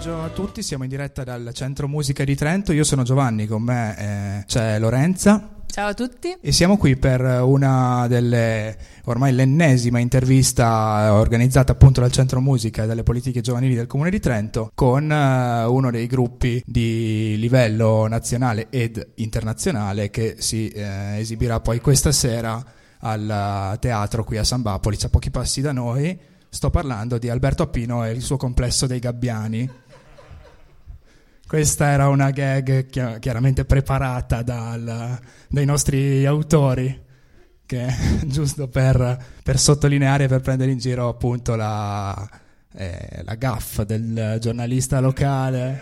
pomeriggio a tutti, siamo in diretta dal Centro Musica di Trento. Io sono Giovanni, con me c'è Lorenza. Ciao a tutti. E siamo qui per una delle, ormai l'ennesima intervista organizzata appunto dal Centro Musica e dalle politiche giovanili del Comune di Trento con uno dei gruppi di livello nazionale ed internazionale che si esibirà poi questa sera al teatro qui a San Bapoli, a pochi passi da noi. Sto parlando di Alberto Appino e il suo complesso dei Gabbiani. Questa era una gag chiaramente preparata dai nostri autori, che giusto per sottolineare e per prendere in giro appunto la gaffa del giornalista locale.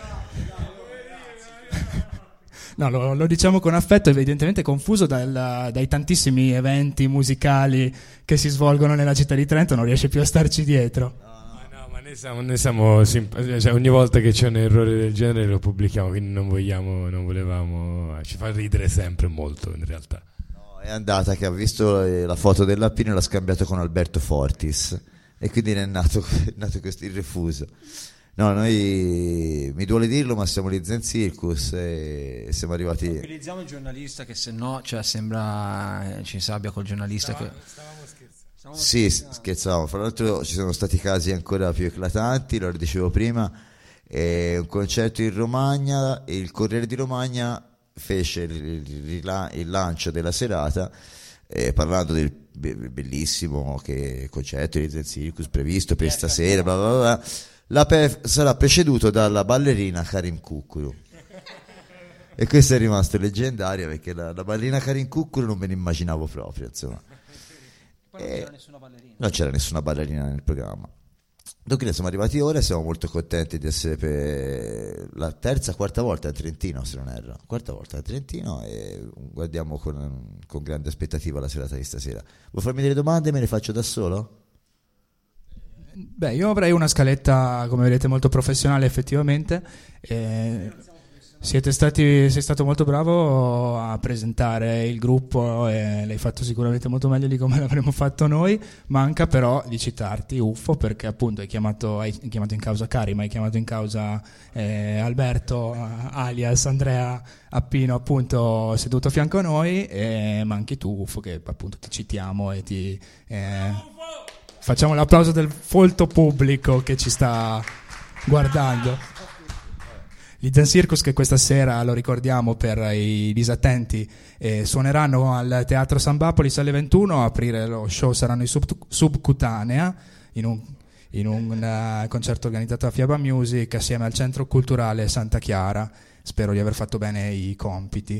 No, lo diciamo con affetto, evidentemente confuso dai tantissimi eventi musicali che si svolgono nella città di Trento, non riesce più a starci dietro. Noi siamo cioè, ogni volta che c'è un errore del genere lo pubblichiamo, quindi non volevamo, ci fa ridere sempre molto in realtà. No, è andata che ha visto la foto dell'Appino e l'ha scambiato con Alberto Fortis e quindi è nato questo il refuso. No, noi, mi duole dirlo, ma siamo gli Zen Circus e siamo arrivati... Utilizziamo il giornalista che se no, cioè, sembra ci sabbia col giornalista Stavamo scherzando. Sì, scherzavamo. Fra l'altro ci sono stati casi ancora più eclatanti, lo dicevo prima, un concerto in Romagna e il Corriere di Romagna fece il lancio della serata parlando del bellissimo concerto di Zen Circus previsto per stasera, bla bla bla. Sarà preceduto dalla ballerina Karim Kukuru e questo è rimasto leggendario perché la ballerina Karim Kukuru non me ne immaginavo proprio, insomma. Poi non c'era nessuna ballerina. Non c'era nessuna ballerina nel programma. Dunque siamo arrivati ora e siamo molto contenti di essere per la quarta volta a Trentino, se non erro. Quarta volta a Trentino e guardiamo con grande aspettativa la serata di stasera. Vuoi farmi delle domande? Me le faccio da solo? Beh, io avrei una scaletta, come vedete, molto professionale effettivamente. Sei stato molto bravo a presentare il gruppo e l'hai fatto sicuramente molto meglio di come l'avremmo fatto noi. Manca però di citarti Uffo, perché appunto hai chiamato in causa Karim, hai chiamato in causa Alberto alias Andrea Appino, appunto seduto a fianco a noi, e manchi tu Uffo, che appunto ti citiamo e ti... facciamo l'applauso del folto pubblico che ci sta guardando. Gli Zen Circus, che questa sera, lo ricordiamo per i disattenti, suoneranno al Teatro San Bapoli alle 21. A aprire lo show saranno i Subcutanea in un concerto organizzato da Fiaba Music assieme al Centro Culturale Santa Chiara. Spero di aver fatto bene i compiti.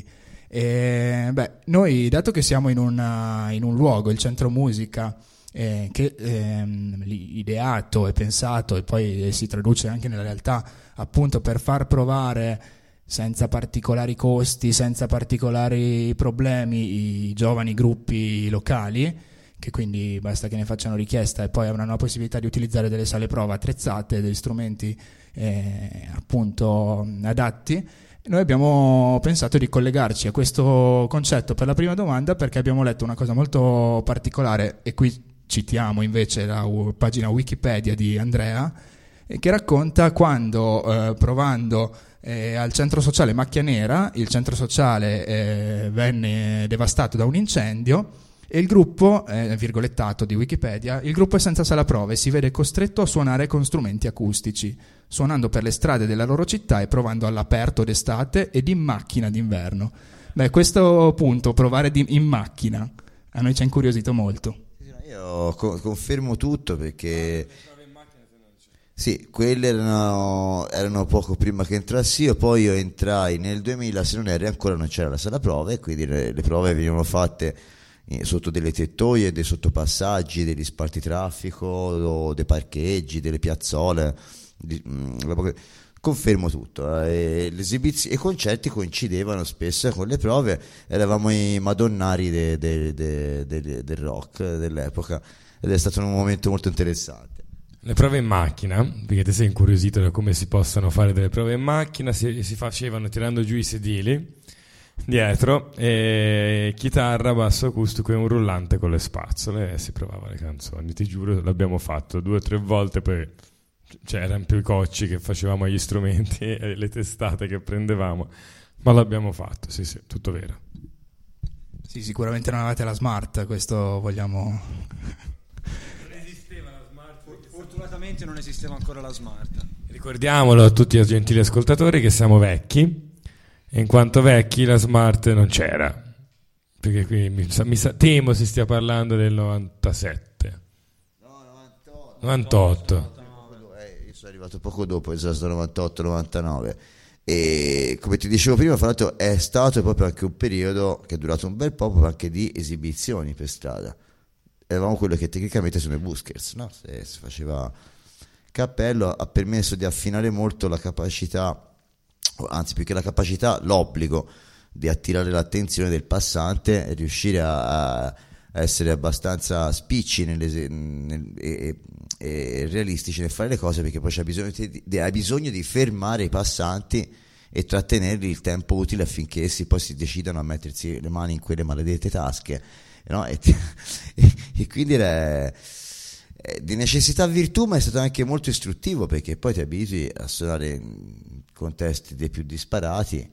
Noi, dato che siamo in un luogo, il Centro Musica, che ideato e pensato e poi si traduce anche nella realtà appunto per far provare senza particolari costi, senza particolari problemi i giovani gruppi locali, che quindi basta che ne facciano richiesta e poi avranno la possibilità di utilizzare delle sale prova attrezzate, degli strumenti appunto adatti. Noi abbiamo pensato di collegarci a questo concetto per la prima domanda perché abbiamo letto una cosa molto particolare, e qui citiamo invece la pagina Wikipedia di Andrea, che racconta quando provando al centro sociale Macchia Nera, il centro sociale venne devastato da un incendio e il gruppo, virgolettato di Wikipedia, il gruppo è senza sala prove, si vede costretto a suonare con strumenti acustici, suonando per le strade della loro città e provando all'aperto d'estate ed in macchina d'inverno. Questo punto, provare in macchina, a noi ci ha incuriosito molto. Io confermo tutto perché sì, quelle erano poco prima che entrassi io, poi io entrai nel 2000, se non erro ancora non c'era la sala prove, quindi le prove venivano fatte sotto delle tettoie, dei sottopassaggi, degli spartitraffico, dei parcheggi, delle piazzole, confermo tutto. I concerti coincidevano spesso con le prove, eravamo i madonnari del rock dell'epoca ed è stato un momento molto interessante. Le prove in macchina, perché te sei incuriosito da come si possono fare delle prove in macchina, si facevano tirando giù i sedili dietro e chitarra, basso acustico e un rullante con le spazzole e si provava le canzoni. Ti giuro, l'abbiamo fatto 2 o 3 volte, poi cioè erano più i cocci che facevamo agli strumenti e le testate che prendevamo, ma l'abbiamo fatto, sì, tutto vero. Sì, sicuramente non avevate la Smart, questo vogliamo... Non esisteva la Smart. Fortunatamente non esisteva ancora la Smart. Ricordiamolo a tutti i gentili ascoltatori che siamo vecchi, e in quanto vecchi la Smart non c'era, perché qui temo si stia parlando del 97. No, 98. Io sono arrivato poco dopo, esatto, 98-99. E come ti dicevo prima, fra l'altro è stato proprio anche un periodo che è durato un bel po' proprio anche di esibizioni per strada. Eravamo quello che tecnicamente sono i buskers, no? Se si faceva cappello, ha permesso di affinare molto la capacità, anzi più che la capacità, l'obbligo di attirare l'attenzione del passante e riuscire a essere abbastanza spicci e realistici nel fare le cose, perché poi hai bisogno di fermare i passanti e trattenerli il tempo utile affinché essi poi si decidano a mettersi le mani in quelle maledette tasche, no? E quindi era di necessità virtù, ma è stato anche molto istruttivo, perché poi ti abitui a suonare in contesti dei più disparati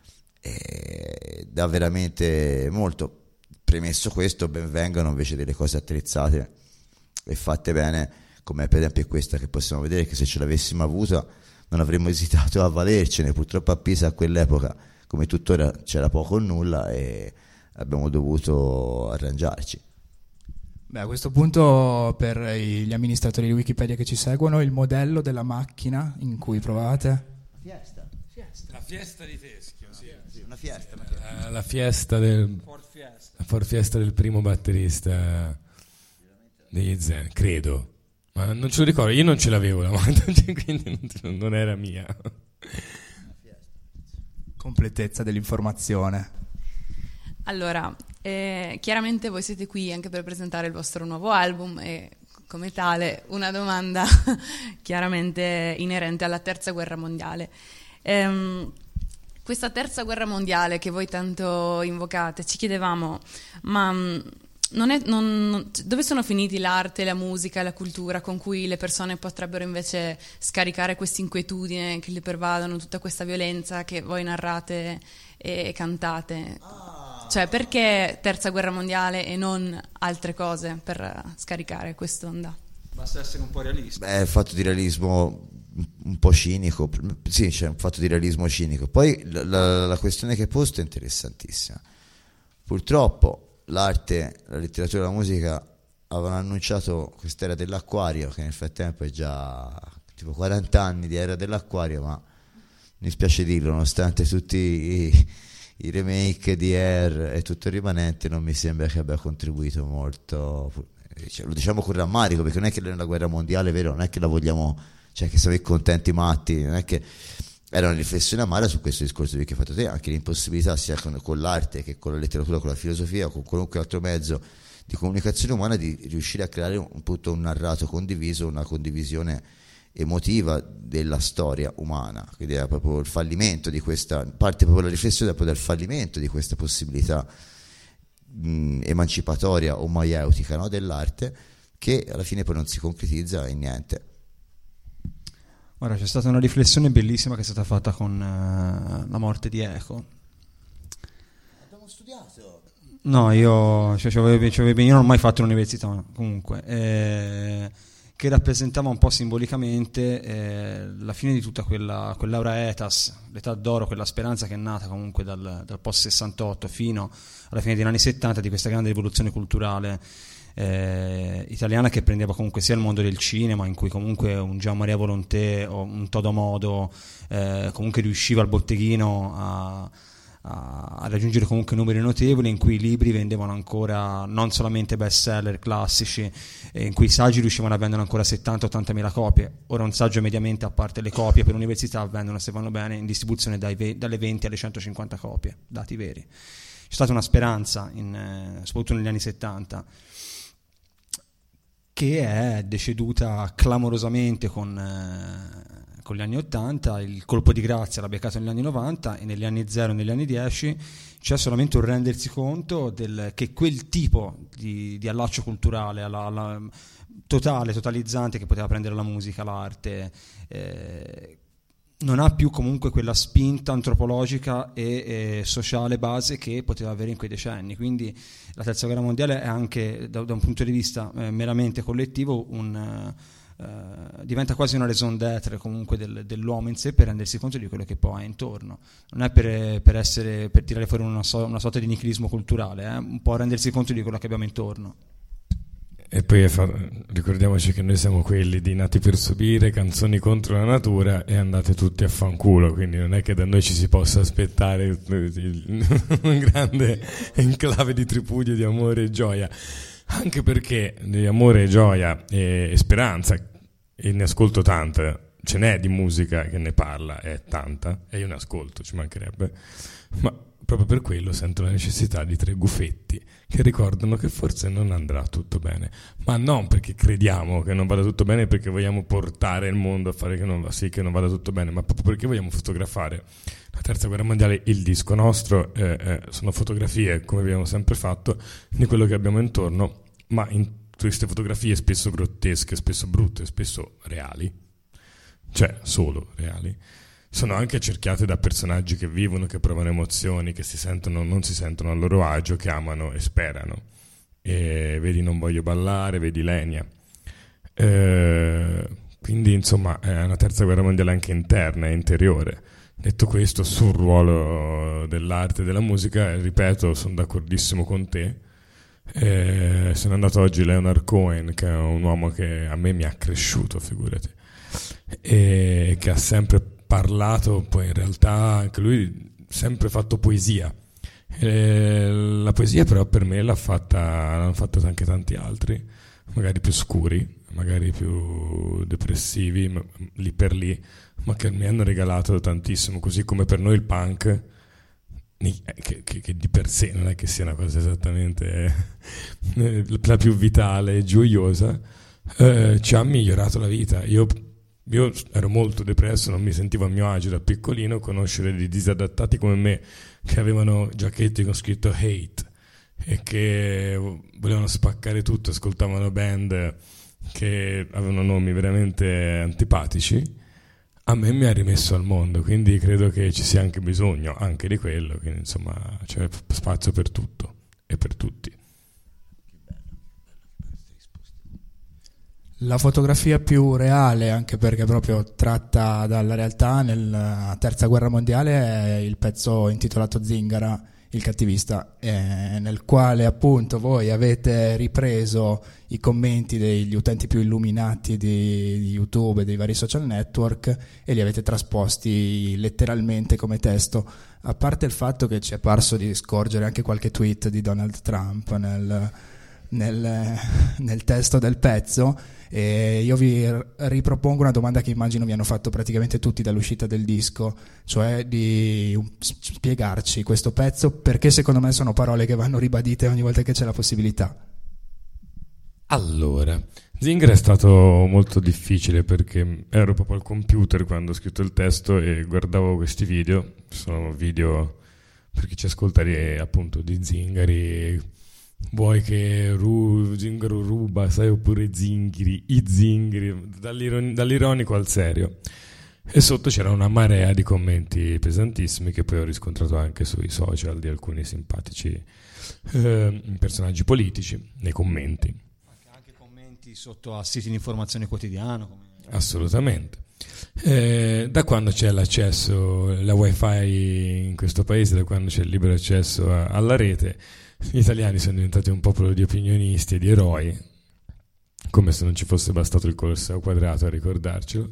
e dà veramente molto. Premesso questo, ben vengano invece delle cose attrezzate e fatte bene, come per esempio questa, che possiamo vedere che se ce l'avessimo avuta non avremmo esitato a valercene. Purtroppo a Pisa a quell'epoca, come tuttora, c'era poco o nulla e abbiamo dovuto arrangiarci. Beh, a questo punto, per gli amministratori di Wikipedia che ci seguono, il modello della macchina in cui provate? La fiesta di Teschio, sì. Una fiesta. La fiesta del Ford Fiesta del primo batterista degli Zen, credo. Ma non ce lo ricordo, io non ce l'avevo la moto, quindi non era mia. Completezza dell'informazione. Allora, chiaramente voi siete qui anche per presentare il vostro nuovo album e come tale una domanda chiaramente inerente alla terza guerra mondiale. Questa terza guerra mondiale che voi tanto invocate, ci chiedevamo, ma dove sono finiti l'arte, la musica e la cultura con cui le persone potrebbero invece scaricare questa inquietudine che le pervadono, tutta questa violenza che voi narrate e cantate? Cioè, perché terza guerra mondiale e non altre cose per scaricare quest'onda? Basta essere un po' realisti. Beh, è fatto di realismo un po' cinico, sì, c'è un fatto di realismo cinico. Poi la questione che hai posto è interessantissima. Purtroppo l'arte, la letteratura e la musica avevano annunciato quest'era dell'acquario, che nel frattempo è già tipo 40 anni di era dell'acquario, ma mi spiace dirlo, nonostante tutti i remake di Air e tutto il rimanente, non mi sembra che abbia contribuito molto. Cioè, lo diciamo con rammarico, perché non è che nella guerra mondiale, vero, non è che la vogliamo, cioè che siamo contenti matti, non è che era una riflessione amara su questo discorso che hai fatto te, anche l'impossibilità sia con l'arte che con la letteratura, con la filosofia o con qualunque altro mezzo di comunicazione umana di riuscire a creare un narrato condiviso, una condivisione emotiva della storia umana. Quindi era proprio il fallimento di questa, parte proprio la riflessione proprio dal fallimento di questa possibilità emancipatoria o maieutica, no, dell'arte, che alla fine poi non si concretizza in niente. Ora c'è stata una riflessione bellissima che è stata fatta con la morte di Eco. Abbiamo studiato. No, io non ho mai fatto l'università comunque, che rappresentava un po' simbolicamente la fine di tutta quell'aura etas, l'età d'oro, quella speranza che è nata comunque dal post 68 fino alla fine degli anni 70, di questa grande rivoluzione culturale italiana, che prendeva comunque sia il mondo del cinema, in cui comunque un Gian Maria Volonté o un Todo Modo comunque riusciva al botteghino a raggiungere comunque numeri notevoli, in cui i libri vendevano ancora non solamente bestseller classici, in cui i saggi riuscivano a vendere ancora 70-80 mila copie. Ora un saggio mediamente, a parte le copie per l'università, vendono, se vanno bene, in distribuzione dalle 20 alle 150 copie, dati veri. C'è stata una speranza, soprattutto negli anni 70, che è deceduta clamorosamente con con gli anni 80, il colpo di grazia l'ha beccato negli anni 90 e negli anni 0 e negli anni 10 c'è solamente un rendersi conto che quel tipo di allaccio culturale totalizzante che poteva prendere la musica, l'arte, non ha più comunque quella spinta antropologica e sociale base che poteva avere in quei decenni. Quindi la terza guerra mondiale è anche da un punto di vista meramente collettivo diventa quasi una raison d'être comunque dell'uomo in sé, per rendersi conto di quello che poi ha intorno. Non è per tirare fuori una sorta di nichilismo culturale, un po' rendersi conto di quello che abbiamo intorno. E poi ricordiamoci che noi siamo quelli di Nati per subire, canzoni contro la natura e andate tutti a fanculo, quindi non è che da noi ci si possa aspettare un grande enclave di tripudio di amore e gioia, anche perché di amore e gioia e speranza, e ne ascolto tanta, ce n'è di musica che ne parla, è tanta, e io ne ascolto, ci mancherebbe, ma proprio per quello sento la necessità di 3 gufetti che ricordano che forse non andrà tutto bene, ma non perché crediamo che non vada tutto bene, perché vogliamo portare il mondo a fare che non vada tutto bene, ma proprio perché vogliamo fotografare la terza guerra mondiale. Il disco nostro sono fotografie, come abbiamo sempre fatto, di quello che abbiamo intorno, ma in queste fotografie spesso grottesche, spesso brutte, spesso reali, cioè solo reali, sono anche cerchiate da personaggi che vivono, che provano emozioni, che non si sentono a loro agio, che amano e sperano. E vedi Non voglio ballare, vedi Lenia. Quindi insomma è una terza guerra mondiale anche interna e interiore. Detto questo, sul ruolo dell'arte e della musica, ripeto, sono d'accordissimo con te. Se n'è andato oggi Leonard Cohen, che è un uomo che a me mi ha cresciuto, figurati, e che ha sempre parlato, poi in realtà anche lui sempre fatto poesia. La poesia però per me l'hanno fatta anche tanti altri, magari più scuri, magari più depressivi, lì per lì, ma che mi hanno regalato tantissimo, così come per noi il punk, che di per sé non è che sia una cosa esattamente la più vitale e gioiosa, ci ha migliorato la vita. Io ero molto depresso, non mi sentivo a mio agio da piccolino. Conoscere dei disadattati come me che avevano giacchetti con scritto hate e che volevano spaccare tutto, ascoltavano band che avevano nomi veramente antipatici, a me mi ha rimesso al mondo, quindi credo che ci sia anche bisogno anche di quello, quindi insomma c'è spazio per tutto e per tutti. La fotografia più reale, anche perché proprio tratta dalla realtà, nella terza guerra mondiale, è il pezzo intitolato Zingara, il cattivista, nel quale appunto voi avete ripreso i commenti degli utenti più illuminati di YouTube e dei vari social network e li avete trasposti letteralmente come testo, a parte il fatto che ci è parso di scorgere anche qualche tweet di Donald Trump nel testo del pezzo. E io vi ripropongo una domanda che immagino vi hanno fatto praticamente tutti dall'uscita del disco, cioè di spiegarci questo pezzo, perché secondo me sono parole che vanno ribadite ogni volta che c'è la possibilità. Allora, Zingara è stato molto difficile perché ero proprio al computer quando ho scritto il testo e guardavo questi video. Sono video, per chi ci ascolta, appunto di zingari. Vuoi che Zingaro ruba, sai, oppure zingari, i zingari, dall'ironico al serio. E sotto c'era una marea di commenti pesantissimi che poi ho riscontrato anche sui social di alcuni simpatici personaggi politici nei commenti. Anche commenti sotto a siti di informazione quotidiano. Assolutamente. Da quando c'è l'accesso, la wifi in questo paese, da quando c'è il libero accesso alla rete, gli italiani sono diventati un popolo di opinionisti e di eroi, come se non ci fosse bastato il Colosseo quadrato a ricordarcelo,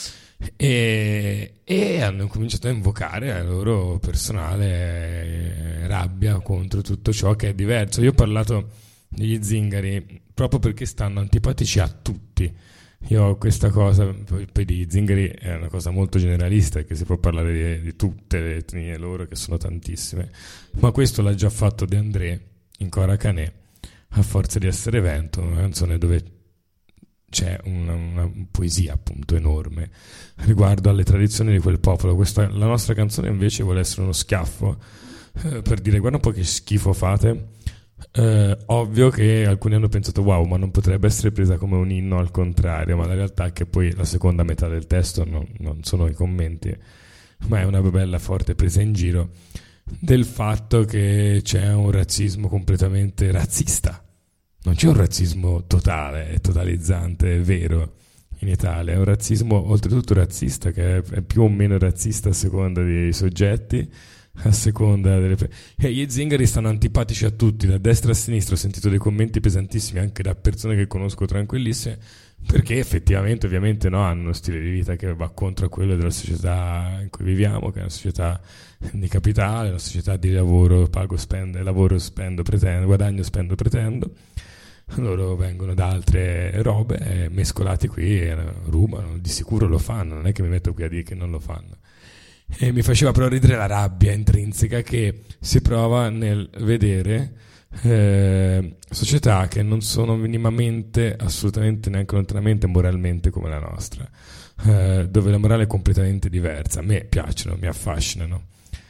e hanno cominciato a invocare la loro personale rabbia contro tutto ciò che è diverso. Io ho parlato degli zingari proprio perché stanno antipatici a tutti. Io ho questa cosa, poi di zingari è una cosa molto generalista, che si può parlare di tutte le etnie loro, che sono tantissime, ma questo l'ha già fatto De André in Cora Canè, a forza di essere vento, una canzone dove c'è una poesia appunto enorme riguardo alle tradizioni di quel popolo. La nostra canzone invece vuole essere uno schiaffo per dire guarda un po' che schifo fate. Ovvio che alcuni hanno pensato wow, ma non potrebbe essere presa come un inno, al contrario, ma la realtà è che poi la seconda metà del testo non sono i commenti, ma è una bella forte presa in giro del fatto che c'è un razzismo completamente razzista. Non c'è un razzismo totale e totalizzante, vero, in Italia. È un razzismo oltretutto razzista, che è più o meno razzista a seconda dei soggetti, a seconda delle... E gli zingari stanno antipatici a tutti, da destra a sinistra. Ho sentito dei commenti pesantissimi anche da persone che conosco tranquillissime, perché effettivamente ovviamente no, hanno uno stile di vita che va contro quello della società in cui viviamo, che è una società di capitale, una società di lavoro, pago, spendo, lavoro, spendo, pretendo, guadagno, spendo, pretendo. Loro vengono da altre robe, mescolati qui e rubano, di sicuro lo fanno, non è che mi metto qui a dire che non lo fanno. E mi faceva però ridere la rabbia intrinseca che si prova nel vedere società che non sono minimamente, assolutamente, neanche lontanamente moralmente come la nostra, dove la morale è completamente diversa. A me piacciono, mi affascinano,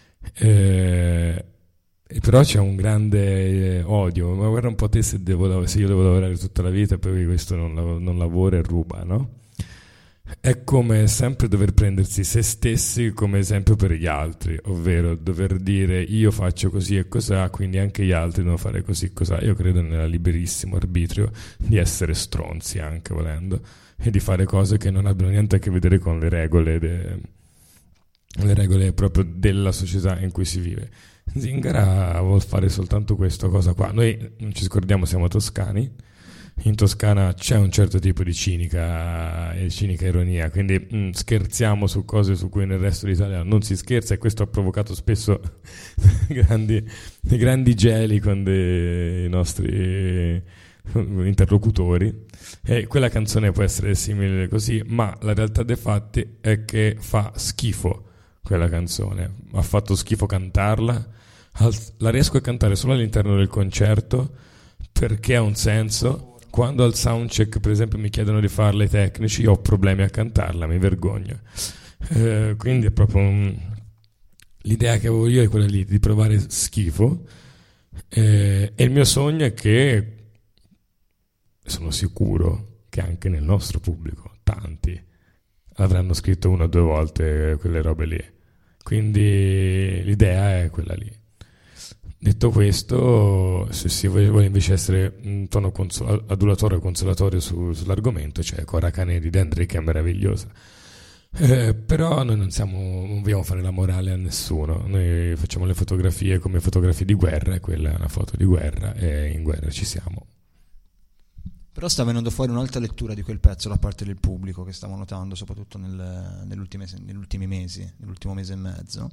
e però c'è un grande odio. Ma guarda un po' te, se io devo lavorare tutta la vita, poi questo non lavora e ruba, no? È come sempre dover prendersi se stessi come esempio per gli altri, ovvero dover dire io faccio così e cos'ha, quindi anche gli altri devono fare così e cos'ha. Io credo nel liberissimo arbitrio di essere stronzi, anche volendo, e di fare cose che non abbiano niente a che vedere con le regole proprio della società in cui si vive. Zingara vuol fare soltanto questa cosa qua. Noi non ci scordiamo, siamo toscani. In Toscana c'è un certo tipo di cinica ironia, quindi scherziamo su cose su cui nel resto d'Italia non si scherza, e questo ha provocato spesso dei grandi geli con dei nostri interlocutori, e quella canzone può essere simile così, ma la realtà dei fatti è che fa schifo quella canzone, ha fatto schifo cantarla. La riesco a cantare solo all'interno del concerto perché ha un senso. Quando al soundcheck, per esempio, mi chiedono di farla i tecnici, io ho problemi a cantarla, mi vergogno. Quindi è proprio l'idea che avevo io è quella lì, di provare schifo. E il mio sogno è che, sono sicuro che anche nel nostro pubblico tanti avranno scritto 1 o 2 volte quelle robe lì. Quindi l'idea è quella lì. Detto questo, se si vuole invece essere un tono adulatorio e consolatorio sull'argomento, c'è Cora Cane di Dendry, che è meravigliosa. Però noi non vogliamo fare la morale a nessuno, noi facciamo le fotografie come fotografie di guerra, e quella è una foto di guerra, e in guerra ci siamo. Però sta venendo fuori un'altra lettura di quel pezzo da parte del pubblico, che stiamo notando soprattutto negli ultimi mesi, nell'ultimo mese e mezzo.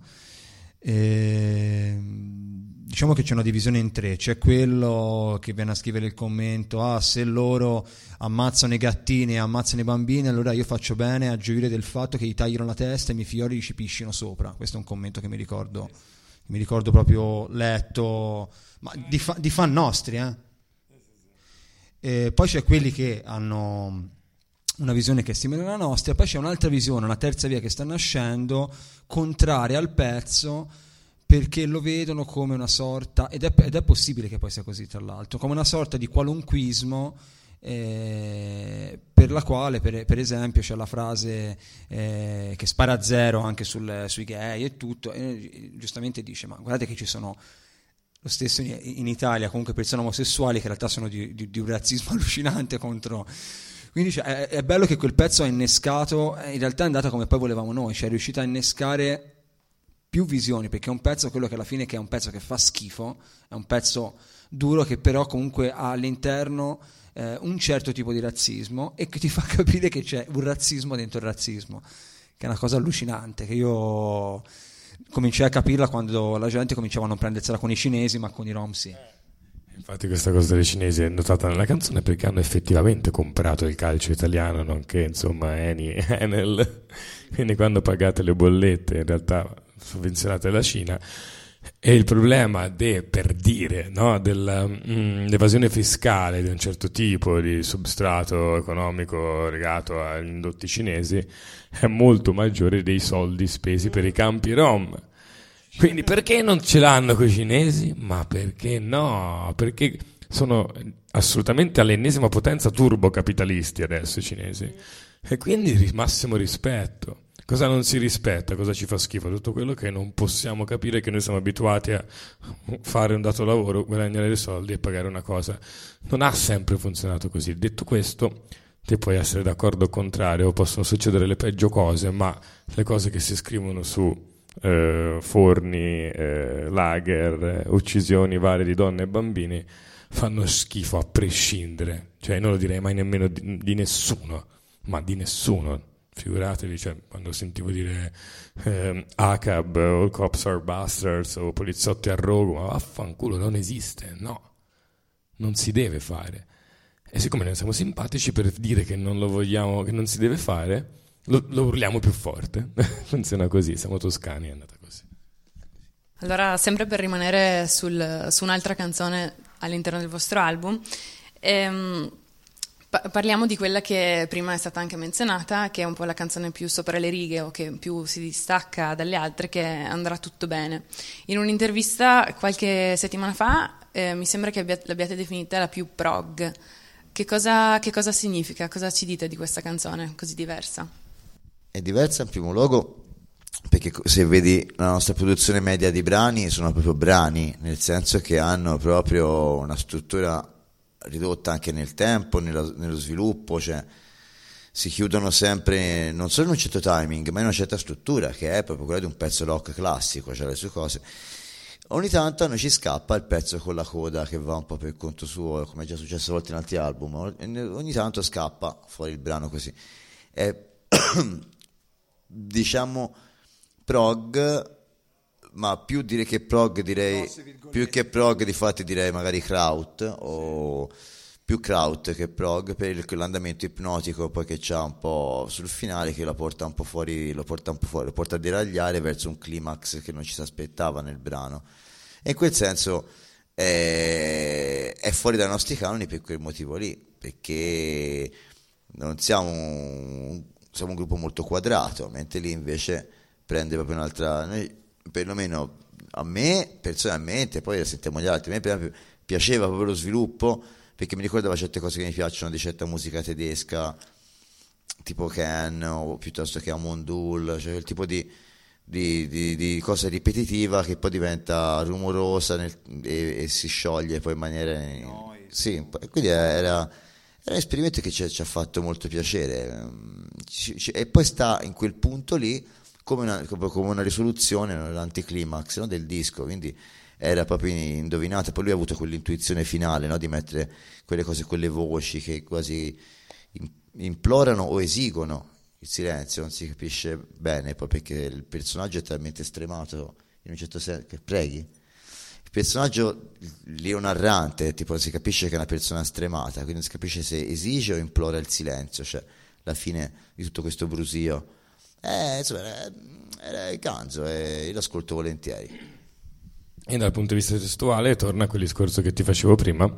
Diciamo che c'è una divisione in 3. C'è quello che viene a scrivere il commento: se loro ammazzano i gattini e ammazzano i bambini, allora io faccio bene a gioire del fatto che gli tagliano la testa e i miei figlioli ci piscino sopra. Questo è un commento che mi ricordo proprio letto, ma di fan nostri, poi c'è quelli che hanno una visione che è simile alla nostra, poi c'è un'altra visione, una terza via che sta nascendo, contraria al pezzo, perché lo vedono come una sorta, ed è possibile che poi sia così, tra l'altro, come una sorta di qualunquismo, per la quale per esempio c'è la frase che spara a zero anche sui gay e tutto, e giustamente dice: ma guardate che ci sono lo stesso in Italia comunque persone omosessuali che in realtà sono di un razzismo allucinante contro. Quindi è bello che quel pezzo ha innescato, in realtà è andata come poi volevamo noi, cioè è riuscita a innescare più visioni, perché è un pezzo, quello che alla fine che è un pezzo che fa schifo, è un pezzo duro che però comunque ha all'interno un certo tipo di razzismo, e che ti fa capire che c'è un razzismo dentro il razzismo, che è una cosa allucinante, che io cominciai a capirla quando la gente cominciava a non prendersela con i cinesi, ma con i rom sì. Infatti questa cosa dei cinesi è notata nella canzone, perché hanno effettivamente comprato il calcio italiano, nonché insomma Eni e Enel, quindi quando pagate le bollette in realtà sovvenzionate la Cina, E il problema per dire, no, dell'evasione fiscale di un certo tipo di substrato economico legato agli indotti cinesi è molto maggiore dei soldi spesi per i campi rom. Quindi perché non ce l'hanno coi cinesi? Ma perché no? Perché sono assolutamente all'ennesima potenza turbocapitalisti adesso i cinesi. E quindi massimo rispetto. Cosa non si rispetta? Cosa ci fa schifo? Tutto quello che non possiamo capire, che noi siamo abituati a fare un dato lavoro, guadagnare dei soldi e pagare una cosa. Non ha sempre funzionato così. Detto questo, te puoi essere d'accordo o contrario, possono succedere le peggio cose, ma le cose che si scrivono su forni, lager, uccisioni varie di donne e bambini fanno schifo a prescindere. Cioè non lo direi mai nemmeno di nessuno, ma di nessuno. Figuratevi, cioè, quando sentivo dire ACAB o Cops are Bastards o poliziotti a rogo, ma vaffanculo, non esiste, no, non si deve fare. E siccome noi siamo simpatici, per dire che non lo vogliamo, che non si deve fare, lo urliamo più forte. Funziona così, siamo toscani, è andata così. Allora, sempre per rimanere su un'altra canzone all'interno del vostro album, parliamo di quella che prima è stata anche menzionata, che è un po' la canzone più sopra le righe o che più si distacca dalle altre, che è Andrà tutto bene. In un'intervista qualche settimana fa mi sembra che l'abbiate definita la più prog. Che cosa significa? Cosa ci dite di questa canzone così diversa? È diversa in primo luogo perché se vedi la nostra produzione media di brani, sono proprio brani, nel senso che hanno proprio una struttura ridotta anche nel tempo, nello sviluppo, cioè si chiudono sempre non solo in un certo timing ma in una certa struttura che è proprio quella di un pezzo rock classico, cioè le sue cose. Ogni tanto a noi ci scappa il pezzo con la coda che va un po' per conto suo, come è già successo a volte in altri album, ogni tanto scappa fuori il brano così. Diciamo prog, ma più dire che prog, direi più che prog difatti direi magari kraut, o più kraut che prog, per l'andamento ipnotico poi che c'ha un po' sul finale, che lo porta a deragliare verso un climax che non ci si aspettava nel brano, e in quel senso è fuori dai nostri canoni per quel motivo lì, perché non siamo un gruppo molto quadrato, mentre lì invece prende proprio un'altra. Noi, perlomeno a me personalmente, poi sentiamo gli altri, a me per esempio piaceva proprio lo sviluppo, perché mi ricordava certe cose che mi piacciono di certa musica tedesca tipo Ken o piuttosto che Amondul, cioè quel tipo di cosa ripetitiva che poi diventa rumorosa e si scioglie poi in maniera sì, quindi era un esperimento che ci ha fatto molto piacere, e poi sta in quel punto lì come una risoluzione, l'anticlimax, no, del disco, quindi era proprio indovinata. Poi lui ha avuto quell'intuizione finale, no, di mettere quelle cose, quelle voci che quasi implorano o esigono il silenzio, non si capisce bene, poi perché il personaggio è talmente stremato in un certo senso che preghi. Il personaggio lì è un narrante, tipo si capisce che è una persona stremata, quindi non si capisce se esige o implora il silenzio, cioè la fine di tutto questo brusio. Insomma, era ganzo e io l'ascolto volentieri. E dal punto di vista testuale torna a quel discorso che ti facevo prima,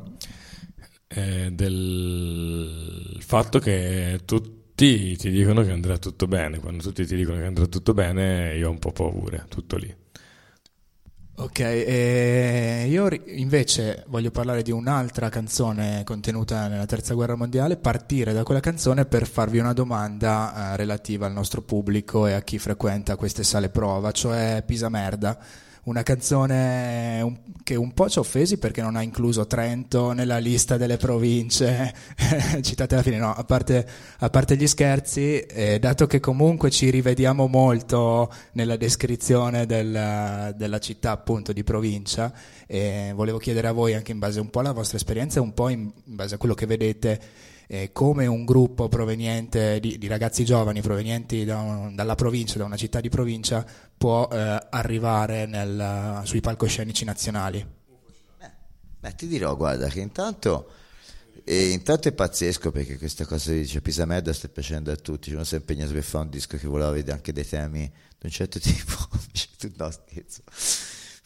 del fatto che tutti ti dicono che andrà tutto bene. Quando tutti ti dicono che andrà tutto bene, io ho un po' paura, tutto lì. Ok, io invece voglio parlare di un'altra canzone contenuta nella Terza Guerra Mondiale, partire da quella canzone per farvi una domanda relativa al nostro pubblico e a chi frequenta queste sale prova, cioè Pisa Merda, una canzone che un po' ci ha offesi perché non ha incluso Trento nella lista delle province citate alla fine. No, a parte gli scherzi, dato che comunque ci rivediamo molto nella descrizione della città appunto di provincia, volevo chiedere a voi, anche in base un po' alla vostra esperienza e un po' in base a quello che vedete, come un gruppo proveniente di ragazzi giovani provenienti dalla provincia, da una città di provincia, può arrivare sui palcoscenici nazionali. Ti dirò, guarda, che intanto è pazzesco, perché questa cosa di Pisa Merda sta piacendo a tutti. Uno si è impegnato per fare un disco che voleva vedere anche dei temi di un certo tipo. No, scherzo.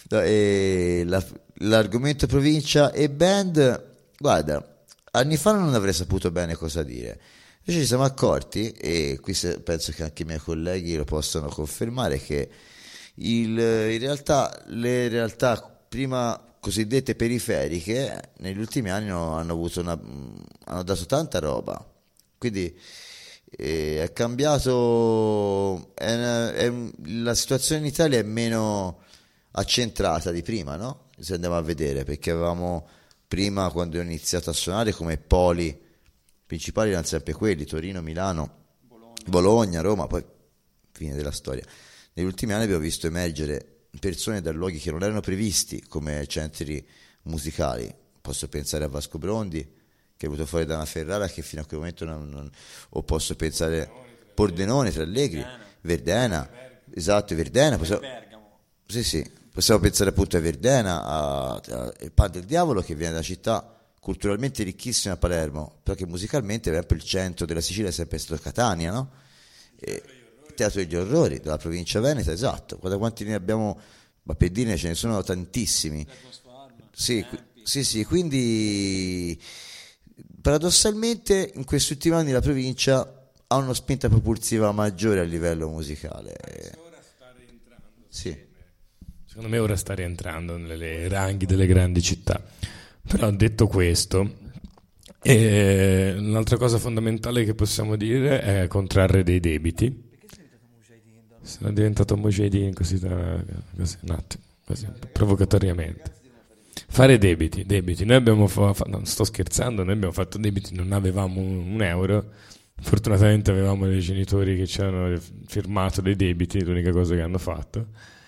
No, l'argomento provincia e band, guarda, anni fa non avrei saputo bene cosa dire. Invece ci siamo accorti, e qui penso che anche i miei colleghi lo possano confermare, che in realtà le realtà prima cosiddette periferiche negli ultimi anni hanno dato tanta roba. Quindi è cambiato, la situazione in Italia è meno accentrata di prima, no? Se andiamo a vedere, perché avevamo prima, quando ho iniziato a suonare, come poli principali erano sempre quelli: Torino, Milano, Bologna, Roma, poi fine della storia. Negli ultimi anni abbiamo visto emergere persone da luoghi che non erano previsti come centri musicali. Posso pensare a Vasco Brondi, che è venuto fuori da una Ferrara che fino a quel momento o posso pensare Pordenone, Trallegri, Verdena, esatto, Verdena, sì, possiamo pensare appunto a Verdena, al Pan del Diavolo, che viene da città culturalmente ricchissima, a Palermo, però che musicalmente per esempio il centro della Sicilia è sempre stato Catania, no? Teatro degli Orrori della provincia Veneta, esatto. Guarda quanti ne abbiamo, ma per dire ce ne sono tantissimi. Sì, quindi paradossalmente in questi ultimi anni la provincia ha una spinta propulsiva maggiore a livello musicale. Sì. Secondo me ora sta rientrando nelle ranghi delle grandi città. Però detto questo, un'altra cosa fondamentale che possiamo dire è contrarre dei debiti. Sono diventato Mujahideen così un attimo, così, provocatoriamente. Fare debiti. Noi abbiamo non sto scherzando, noi abbiamo fatto debiti, non avevamo un euro. Fortunatamente avevamo dei genitori che ci hanno firmato dei debiti, l'unica cosa che hanno fatto.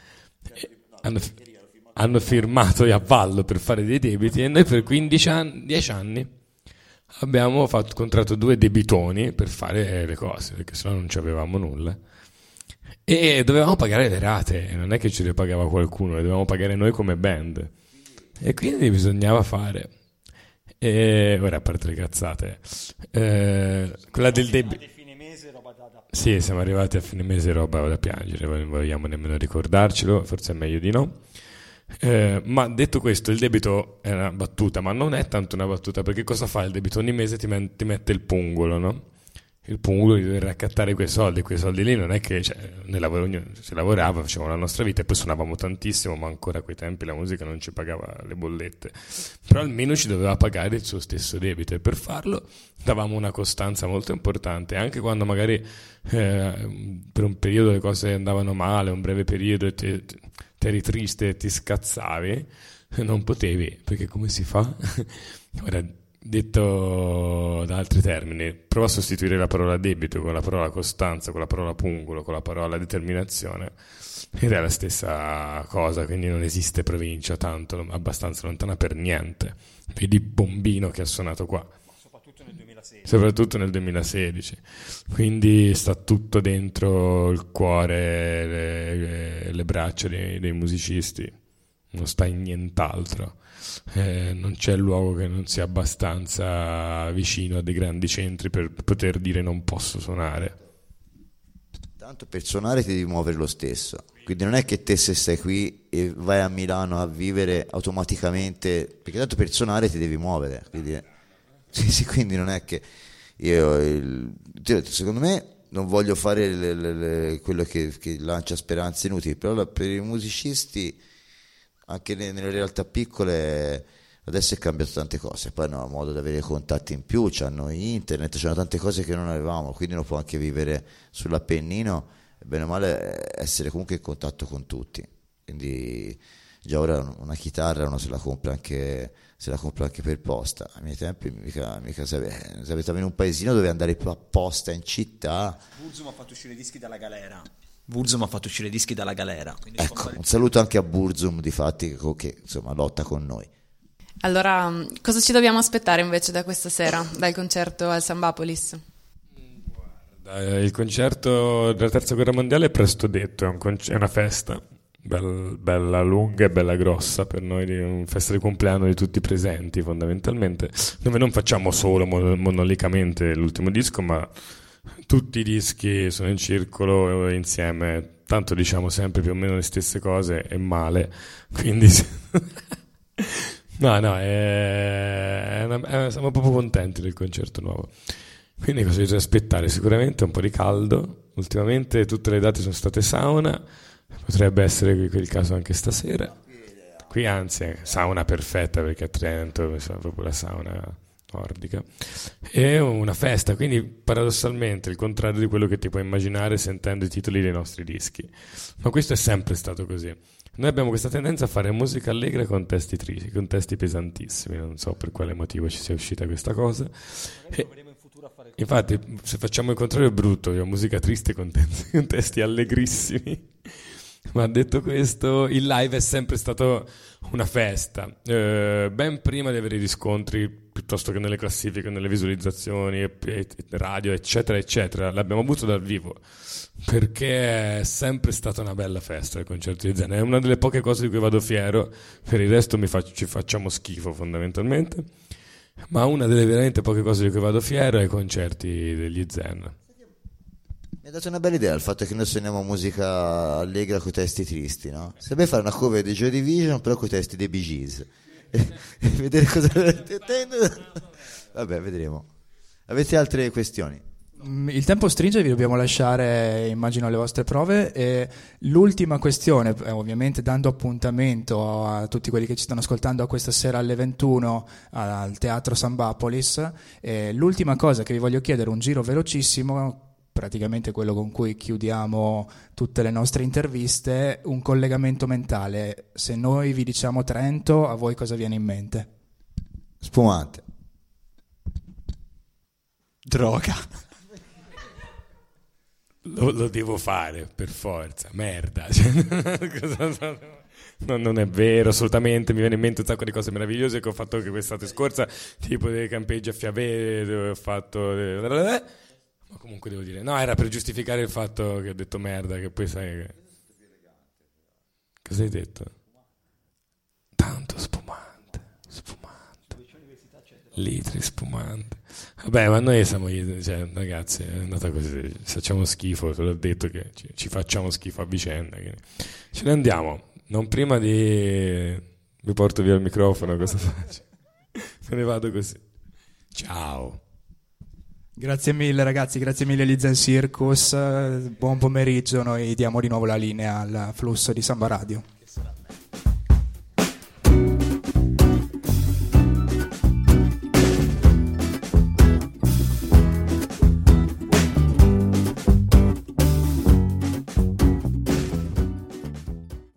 Hanno firmato a vallo per fare dei debiti, e noi per 10 anni abbiamo contratto 2 debitoni per fare le cose, perché sennò non ci avevamo nulla. E dovevamo pagare le rate, non è che ce le pagava qualcuno, le dovevamo pagare noi come band, e quindi bisognava fare. E ora, a parte le cazzate, quella del debito, sì, siamo arrivati a fine mese, roba da piangere, non vogliamo nemmeno ricordarcelo, forse è meglio di no. Ma detto questo, il debito è una battuta, ma non è tanto una battuta, perché cosa fa il debito? Ogni mese ti mette il pungolo, no? Il pungolo di dover raccattare quei soldi lì non è che si lavorava, facevamo la nostra vita e poi suonavamo tantissimo, ma ancora a quei tempi la musica non ci pagava le bollette, però almeno ci doveva pagare il suo stesso debito, e per farlo davamo una costanza molto importante, anche quando magari per un periodo le cose andavano male, un breve periodo, e ti eri triste e ti scazzavi, non potevi, perché come si fa? Ora, detto da altri termini, prova a sostituire la parola debito con la parola costanza, con la parola pungolo, con la parola determinazione, ed è la stessa cosa. Quindi non esiste provincia tanto abbastanza lontana per niente. Vedi Bombino che ha suonato qua, soprattutto nel 2016, quindi sta tutto dentro il cuore, le braccia dei musicisti, non sta in nient'altro. Non c'è luogo che non sia abbastanza vicino a dei grandi centri per poter dire non posso suonare. Tanto per suonare ti devi muovere lo stesso, quindi non è che te se stai qui e vai a Milano a vivere automaticamente, perché tanto per suonare ti devi muovere, quindi sì, quindi non è che secondo me non voglio fare quello che lancia speranze inutili, però per i musicisti anche nelle realtà piccole adesso è cambiato tante cose, poi hanno modo di avere contatti in più, c'hanno internet, c'hanno tante cose che non avevamo, quindi uno può anche vivere sull'Appennino e bene o male essere comunque in contatto con tutti, quindi già ora una chitarra uno se la compra anche per posta. Ai miei tempi mica se abitavo in un paesino dove andare apposta in città. Burzum ha fatto uscire dischi dalla galera. Ecco, un saluto anche a Burzum, difatti, che insomma lotta con noi. Allora, cosa ci dobbiamo aspettare invece da questa sera, dal concerto al Sambapolis? Il concerto della Terza Guerra Mondiale è presto detto, è una festa bella lunga e bella grossa per noi, una festa di compleanno di tutti i presenti fondamentalmente, dove non facciamo solo monolicamente l'ultimo disco, ma tutti i dischi sono in circolo insieme tanto diciamo sempre più o meno le stesse cose e male, quindi no, siamo proprio contenti del concerto nuovo. Quindi cosa bisogna aspettare? Sicuramente un po' di caldo. Ultimamente tutte le date sono state sauna, potrebbe essere il caso anche stasera. Qui anzi è sauna perfetta, perché a Trento è proprio la sauna nordica. È una festa, quindi paradossalmente il contrario di quello che ti puoi immaginare sentendo i titoli dei nostri dischi. Ma questo è sempre stato così. Noi abbiamo questa tendenza a fare musica allegra con testi tristi, con testi pesantissimi. Non so per quale motivo ci sia uscita questa cosa. Infatti, se facciamo il contrario è brutto, è musica triste con testi allegrissimi. Ma detto questo, il live è sempre stato una festa, ben prima di avere i riscontri, piuttosto che nelle classifiche, nelle visualizzazioni, radio, eccetera, eccetera. L'abbiamo avuto dal vivo, perché è sempre stata una bella festa il concerto di Zen. È una delle poche cose di cui vado fiero, per il resto ci facciamo schifo fondamentalmente. Ma una delle veramente poche cose di cui vado fiero è i concerti degli Zen. Mi ha dato una bella idea il fatto che noi suoniamo musica allegra con testi tristi, no? Sarebbe fare una cover di Joy Division però con i testi dei Bee Gees e vedere cosa... Vabbè, vedremo. Avete altre questioni? Il tempo stringe, vi dobbiamo lasciare, immagino, alle vostre prove. E l'ultima questione, ovviamente dando appuntamento a tutti quelli che ci stanno ascoltando a questa sera alle 21 al Teatro Sambapolis, l'ultima cosa che vi voglio chiedere, un giro velocissimo, praticamente quello con cui chiudiamo tutte le nostre interviste, un collegamento mentale. Se noi vi diciamo Trento, a voi cosa viene in mente? Spumante. Droga. Lo devo fare per forza, merda. Non è vero, assolutamente. Mi viene in mente un sacco di cose meravigliose che ho fatto anche quest'estate scorsa, tipo dei campeggi a Fiave, dove ho fatto... Ma comunque devo dire, no, era per giustificare il fatto che ho detto merda, che poi sai che... Cosa hai detto? Tanto spumante. Litri spumante. Vabbè, ma noi siamo, cioè, ragazzi, è andata così, facciamo schifo, te l'ho detto che ci facciamo schifo a vicenda. Ce ne andiamo, non prima di... Vi porto via il microfono, cosa faccio? Me ne vado così. Ciao. Grazie mille ragazzi, grazie mille agli Zen Circus, buon pomeriggio, noi diamo di nuovo la linea al flusso di Samba Radio.